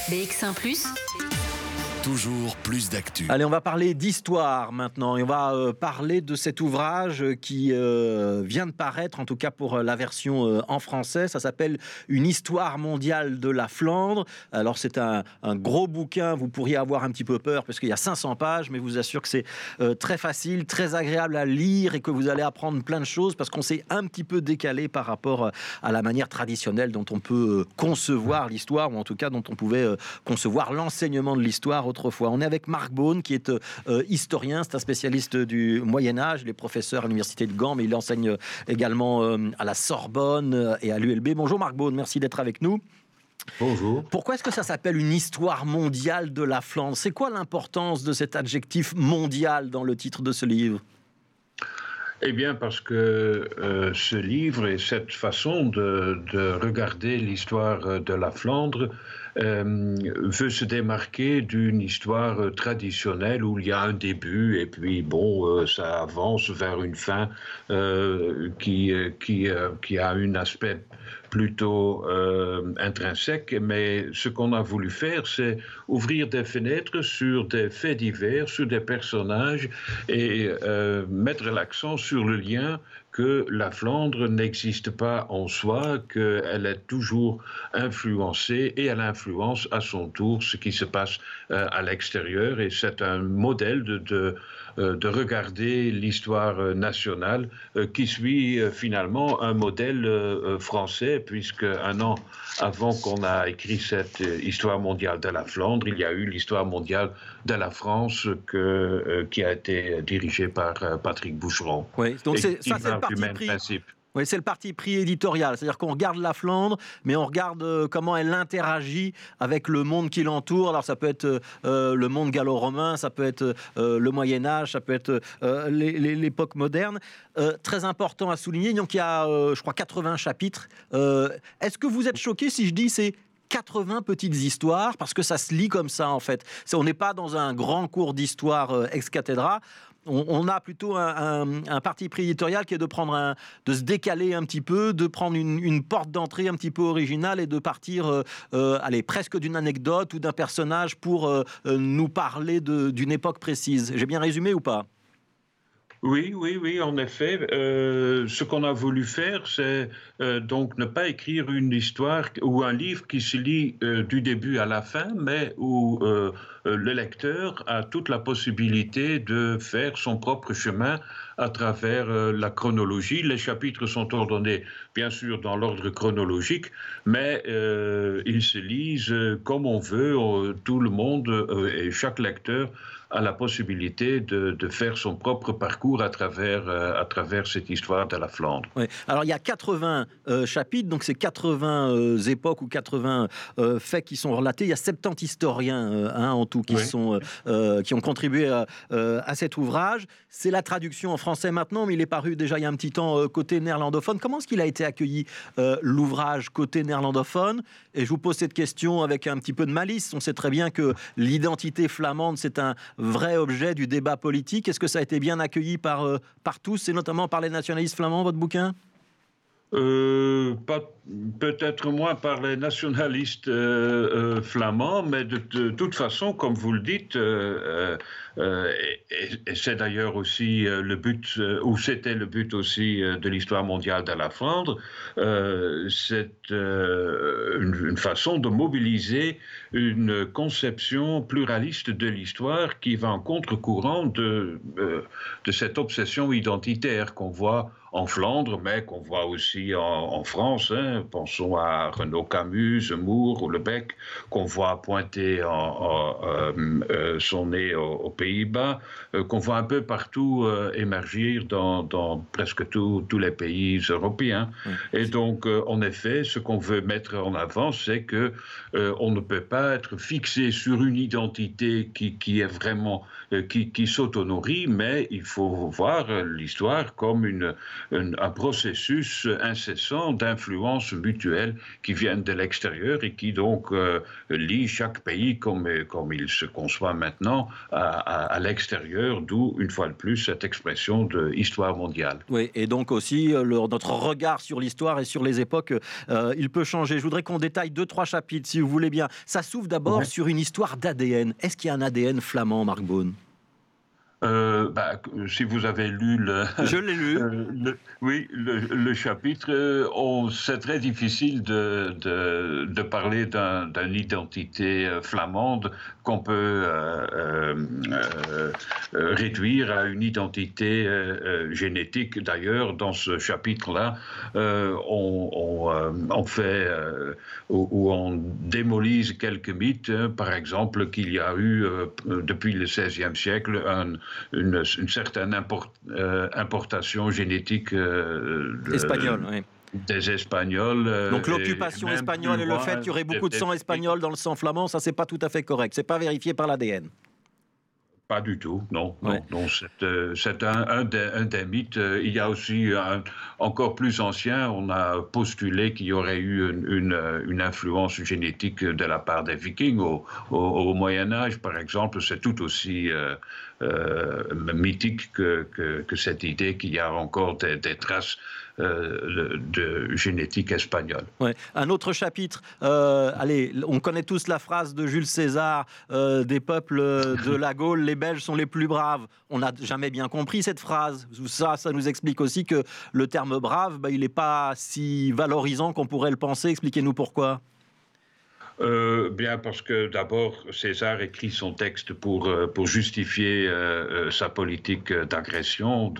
BX1 +. Toujours plus d'actu. Allez, on va parler d'histoire maintenant. Et on va parler de cet ouvrage qui vient de paraître, en tout cas pour la version en français. Ça s'appelle « Une histoire mondiale de la Flandre ». Alors, c'est un gros bouquin. Vous pourriez avoir un petit peu peur parce qu'il y a 500 pages, mais je vous assure que c'est très facile, très agréable à lire et que vous allez apprendre plein de choses parce qu'on s'est un petit peu décalé par rapport à la manière traditionnelle dont on peut concevoir l'histoire, ou en tout cas dont on pouvait concevoir l'enseignement de l'histoire autrefois. On est avec Marc Beaune, qui est historien, c'est un spécialiste du Moyen-Âge, il est professeur à l'université de Gand, mais il enseigne également à la Sorbonne et à l'ULB. Bonjour Marc Beaune, merci d'être avec nous. Bonjour. Pourquoi est-ce que ça s'appelle une histoire mondiale de la Flandre ? C'est quoi l'importance de cet adjectif mondial dans le titre de ce livre ? Eh bien, parce que ce livre et cette façon de regarder l'histoire de la Flandre veut se démarquer d'une histoire traditionnelle où il y a un début et puis ça avance vers une fin qui a un aspect plutôt intrinsèque, mais ce qu'on a voulu faire, c'est ouvrir des fenêtres sur des faits divers, sur des personnages et mettre l'accent sur le lien que la Flandre n'existe pas en soi, qu'elle est toujours influencée et elle influence à son tour ce qui se passe à l'extérieur. Et c'est un modèle de regarder l'histoire nationale qui suit finalement un modèle français, puisque un an avant qu'on a écrit cette histoire mondiale de la Flandre, il y a eu l'histoire mondiale de la France qui a été dirigée par Patrick Boucheron. Oui, donc c'est le parti pris. Oui, c'est le parti pris éditorial, c'est-à-dire qu'on regarde la Flandre, mais on regarde comment elle interagit avec le monde qui l'entoure. Alors ça peut être le monde gallo-romain, ça peut être le Moyen-Âge, ça peut être l'époque moderne. Très important à souligner, donc il y a, je crois, 80 chapitres. Est-ce que vous êtes choqués si je dis c'est 80 petites histoires, parce que ça se lit comme ça en fait. On n'est pas dans un grand cours d'histoire ex cathedra. On a plutôt un parti pris éditorial qui est de se décaler un petit peu, de prendre une porte d'entrée un petit peu originale et de partir presque d'une anecdote ou d'un personnage pour nous parler d'une époque précise. J'ai bien résumé ou pas ? Oui, en effet. Ce qu'on a voulu faire, c'est donc ne pas écrire une histoire ou un livre qui se lit du début à la fin, mais où le lecteur a toute la possibilité de faire son propre chemin à travers la chronologie. Les chapitres sont ordonnés, bien sûr, dans l'ordre chronologique, mais ils se lisent comme on veut. Tout le monde et chaque lecteur a la possibilité de faire son propre parcours à travers cette histoire de la Flandre. Oui. Alors, il y a 80 chapitres, donc c'est 80 époques ou 80 faits qui sont relatés. Il y a 70 historiens en tout qui ont contribué à cet ouvrage. C'est la traduction en français maintenant, mais il est paru déjà il y a un petit temps côté néerlandophone. Comment est-ce qu'il a été accueilli, l'ouvrage côté néerlandophone ? Et je vous pose cette question avec un petit peu de malice. On sait très bien que l'identité flamande, c'est un vrai objet du débat politique. Est-ce que ça a été bien accueilli par tous, et notamment par les nationalistes flamands, votre bouquin ? Peut-être moins par les nationalistes flamands, mais de toute façon, comme vous le dites, et c'est d'ailleurs aussi le but, ou c'était le but aussi de l'histoire mondiale de la Flandre, c'est une façon de mobiliser une conception pluraliste de l'histoire qui va en contre-courant de cette obsession identitaire qu'on voit en Flandre, mais qu'on voit aussi en France. Pensons à Renaud Camus, Zemmour ou Lebec, qu'on voit pointer son nez aux Pays-Bas, qu'on voit un peu partout émergir dans presque tous les pays européens. Et donc, en effet, ce qu'on veut mettre en avant, c'est que on ne peut pas être fixé sur une identité qui est vraiment qui s'auto-nourrit, mais il faut voir l'histoire comme un processus incessant d'influence influences mutuelles qui viennent de l'extérieur et qui donc lient chaque pays comme il se conçoit maintenant à l'extérieur, d'où une fois de plus cette expression de histoire mondiale. Oui, et donc aussi notre regard sur l'histoire et sur les époques, il peut changer. Je voudrais qu'on détaille 2-3 chapitres, si vous voulez bien. Ça s'ouvre d'abord sur une histoire d'ADN. Est-ce qu'il y a un ADN flamand, Marc Beaune ? Si vous avez lu Je l'ai lu. Le chapitre, c'est très difficile de parler d'une identité flamande qu'on peut réduire à une identité génétique. D'ailleurs, dans ce chapitre-là, on fait où on démolise quelques mythes. Par exemple, qu'il y a eu depuis le XVIe siècle une certaine importation génétique espagnole, oui. Des Espagnols. Donc l'occupation espagnole et le fait qu'il y aurait beaucoup de sang espagnol dans le sang flamand, ça c'est pas tout à fait correct. C'est pas vérifié par l'ADN. Pas du tout, non. C'est un des mythes. Il y a aussi encore plus ancien, on a postulé qu'il y aurait eu une influence génétique de la part des Vikings au Moyen-Âge, par exemple. C'est tout aussi mythique que cette idée qu'il y a encore des traces de génétique espagnole. Ouais. Un autre chapitre, on connaît tous la phrase de Jules César des peuples de la Gaule, les Belges sont les plus braves. On n'a jamais bien compris cette phrase. Ça nous explique aussi que le terme brave, il n'est pas si valorisant qu'on pourrait le penser. Expliquez-nous pourquoi. Bien parce que d'abord César écrit son texte pour justifier sa politique d'agression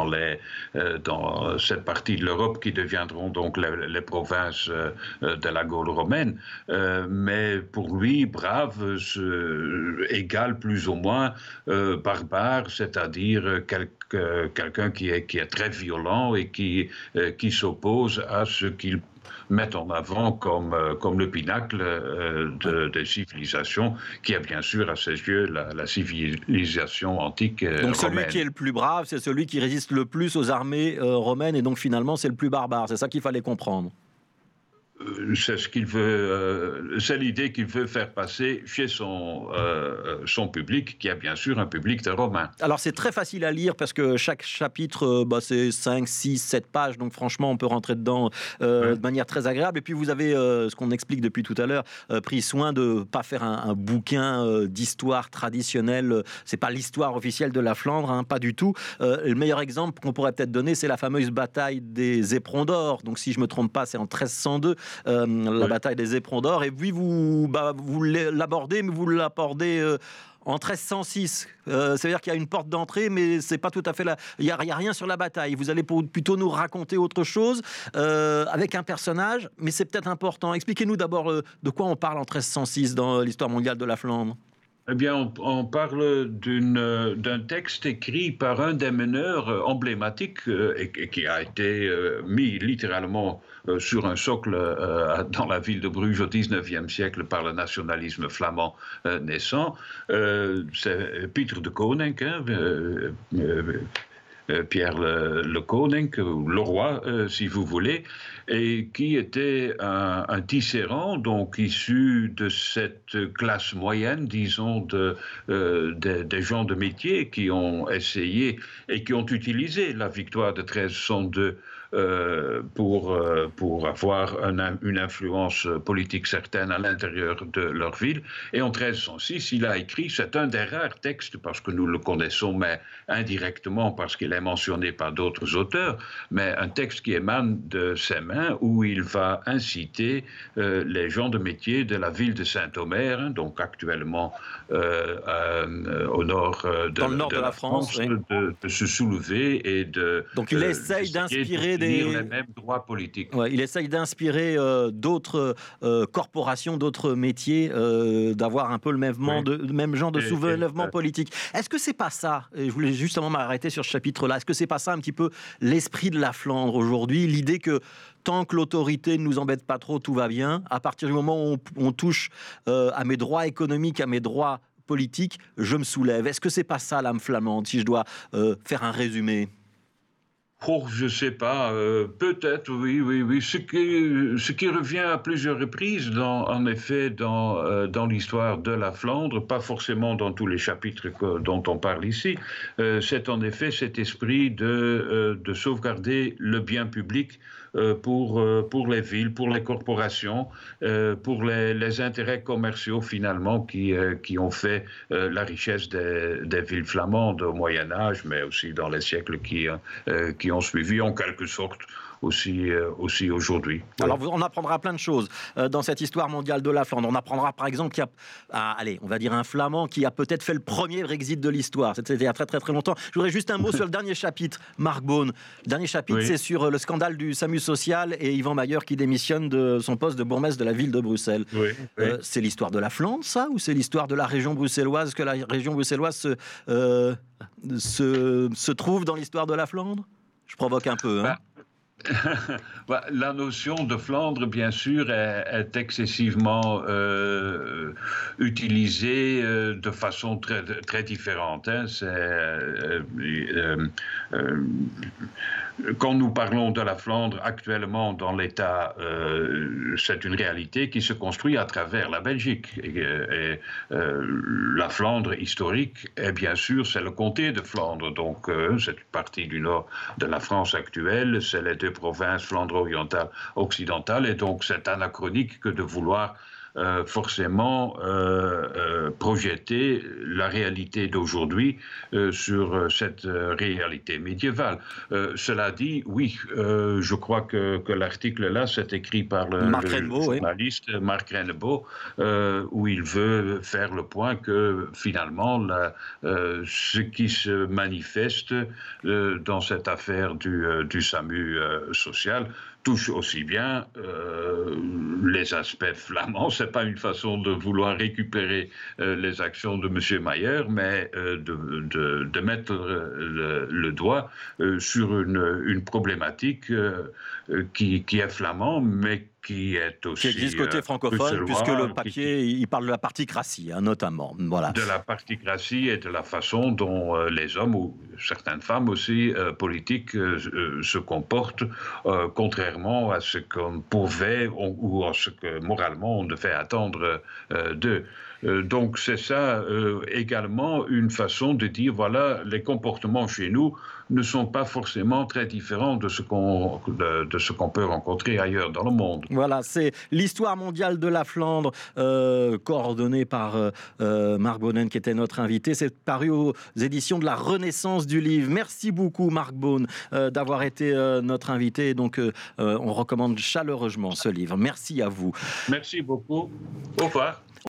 dans cette partie de l'Europe qui deviendront donc les provinces de la Gaule romaine. Mais pour lui, brave égale plus ou moins barbare, c'est-à-dire quelqu'un qui est très violent et qui s'oppose à ce qu'il mettent en avant comme le pinacle des civilisations, qui est bien sûr à ses yeux la civilisation antique donc romaine. Celui qui est le plus brave, c'est celui qui résiste le plus aux armées romaines, et donc finalement c'est le plus barbare. C'est ça qu'il fallait comprendre. C'est ce qu'il veut, c'est l'idée qu'il veut faire passer chez son public, qui est bien sûr un public de Romains. Alors c'est très facile à lire parce que chaque chapitre, c'est 5, 6, 7 pages, donc franchement on peut rentrer dedans de manière très agréable. Et puis vous avez, ce qu'on explique depuis tout à l'heure, pris soin de ne pas faire un bouquin d'histoire traditionnelle. C'est pas l'histoire officielle de la Flandre, pas du tout. Le meilleur exemple qu'on pourrait peut-être donner, c'est la fameuse bataille des Éperons d'Or. Donc si je ne me trompe pas, c'est en 1302. La bataille des Éperons d'Or, et puis vous l'abordez, mais vous l'abordez en 1306. C'est-à-dire qu'il y a une porte d'entrée, mais c'est pas tout à fait là. Il y a rien sur la bataille. Vous allez plutôt nous raconter autre chose avec un personnage, mais c'est peut-être important. Expliquez-nous d'abord de quoi on parle en 1306 dans l'histoire mondiale de la Flandre. Eh bien, on parle d'un texte écrit par un des meneurs emblématiques et qui a été mis littéralement sur un socle dans la ville de Bruges au XIXe siècle par le nationalisme flamand naissant. C'est Pieter de Koninck, Pierre le Koning, ou le roi, si vous voulez, et qui était un tisserand, donc issu de cette classe moyenne, disons, des gens de métier qui ont essayé et qui ont utilisé la victoire de 1302 pour avoir une influence politique certaine à l'intérieur de leur ville. Et en 1306, il a écrit, c'est un des rares textes, parce que nous le connaissons, mais indirectement parce qu'il est mentionné par d'autres auteurs, mais un texte qui émane de ses mains, où il va inciter les gens de métier de la ville de Saint-Omer, donc actuellement au nord de la France, oui, de se soulever et de... Donc il essaye d'inspirer les mêmes droits politiques. Ouais, il essaye d'inspirer d'autres corporations, d'autres métiers, d'avoir un peu le même genre de soulèvement politique. Est-ce que c'est pas ça, et je voulais justement m'arrêter sur ce chapitre-là, est-ce que c'est pas ça un petit peu l'esprit de la Flandre aujourd'hui, l'idée que tant que l'autorité ne nous embête pas trop, tout va bien. À partir du moment où on touche à mes droits économiques, à mes droits politiques, je me soulève. Est-ce que c'est pas ça l'âme flamande, si je dois faire un résumé ? Oh, je ne sais pas, peut-être, oui. Ce qui revient à plusieurs reprises, en effet, dans l'histoire de la Flandre, pas forcément dans tous les chapitres dont on parle ici, c'est en effet cet esprit de sauvegarder le bien public pour les villes, pour les corporations, pour les intérêts commerciaux finalement qui ont fait la richesse des villes flamandes au Moyen-Âge, mais aussi dans les siècles qui ont suivi, en quelque sorte, aussi aujourd'hui. Alors, on apprendra plein de choses dans cette histoire mondiale de la Flandre. On apprendra par exemple qu'il y a, on va dire un Flamand qui a peut-être fait le premier Brexit de l'histoire. C'était il y a très très très longtemps. Je voudrais juste un mot sur le dernier chapitre, Mark Beaune. Le dernier chapitre, c'est sur le scandale du SAMU social et Yvan Mayer qui démissionne de son poste de bourgmestre de la ville de Bruxelles. C'est l'histoire de la Flandre, ça, ou c'est l'histoire de la région bruxelloise, que la région bruxelloise se trouve dans l'histoire de la Flandre? Je provoque un peu, hein. La notion de Flandre, bien sûr, est excessivement utilisée de façon très, très différente. Quand nous parlons de la Flandre actuellement dans l'État, c'est une réalité qui se construit à travers la Belgique. Et la Flandre historique, et bien sûr, c'est le comté de Flandre. Donc, c'est une partie du nord de la France actuelle. C'est les deux provinces, Flandre orientale, occidentale. Et donc, c'est anachronique que de vouloir forcément projeter la réalité d'aujourd'hui sur cette réalité médiévale. Cela dit, oui, je crois que l'article là, c'est écrit par le journaliste Marc Rennebo, où il veut faire le point que finalement, ce qui se manifeste dans cette affaire du SAMU social touche aussi bien les aspects flamands. C'est pas une façon de vouloir récupérer les actions de M. Mayer, mais de mettre le doigt sur une problématique qui est flamand, mais qui est aussi... Qui existe côté francophone, puisque le papier, il parle de la particratie, notamment. Voilà. De la particratie et de la façon dont les hommes, ou certaines femmes aussi, politiques, se comportent, contrairement à ce qu'on pouvait, ou à ce que moralement on devait attendre d'eux. Donc c'est ça également une façon de dire, voilà, les comportements chez nous ne sont pas forcément très différents de ce qu'on peut rencontrer ailleurs dans le monde. Voilà, c'est l'histoire mondiale de la Flandre, coordonnée par Mark Beaune, qui était notre invité. C'est paru aux éditions de la Renaissance du livre. Merci beaucoup, Mark Beaune, d'avoir été notre invité. Donc, on recommande chaleureusement ce livre. Merci à vous. Merci beaucoup. Au revoir.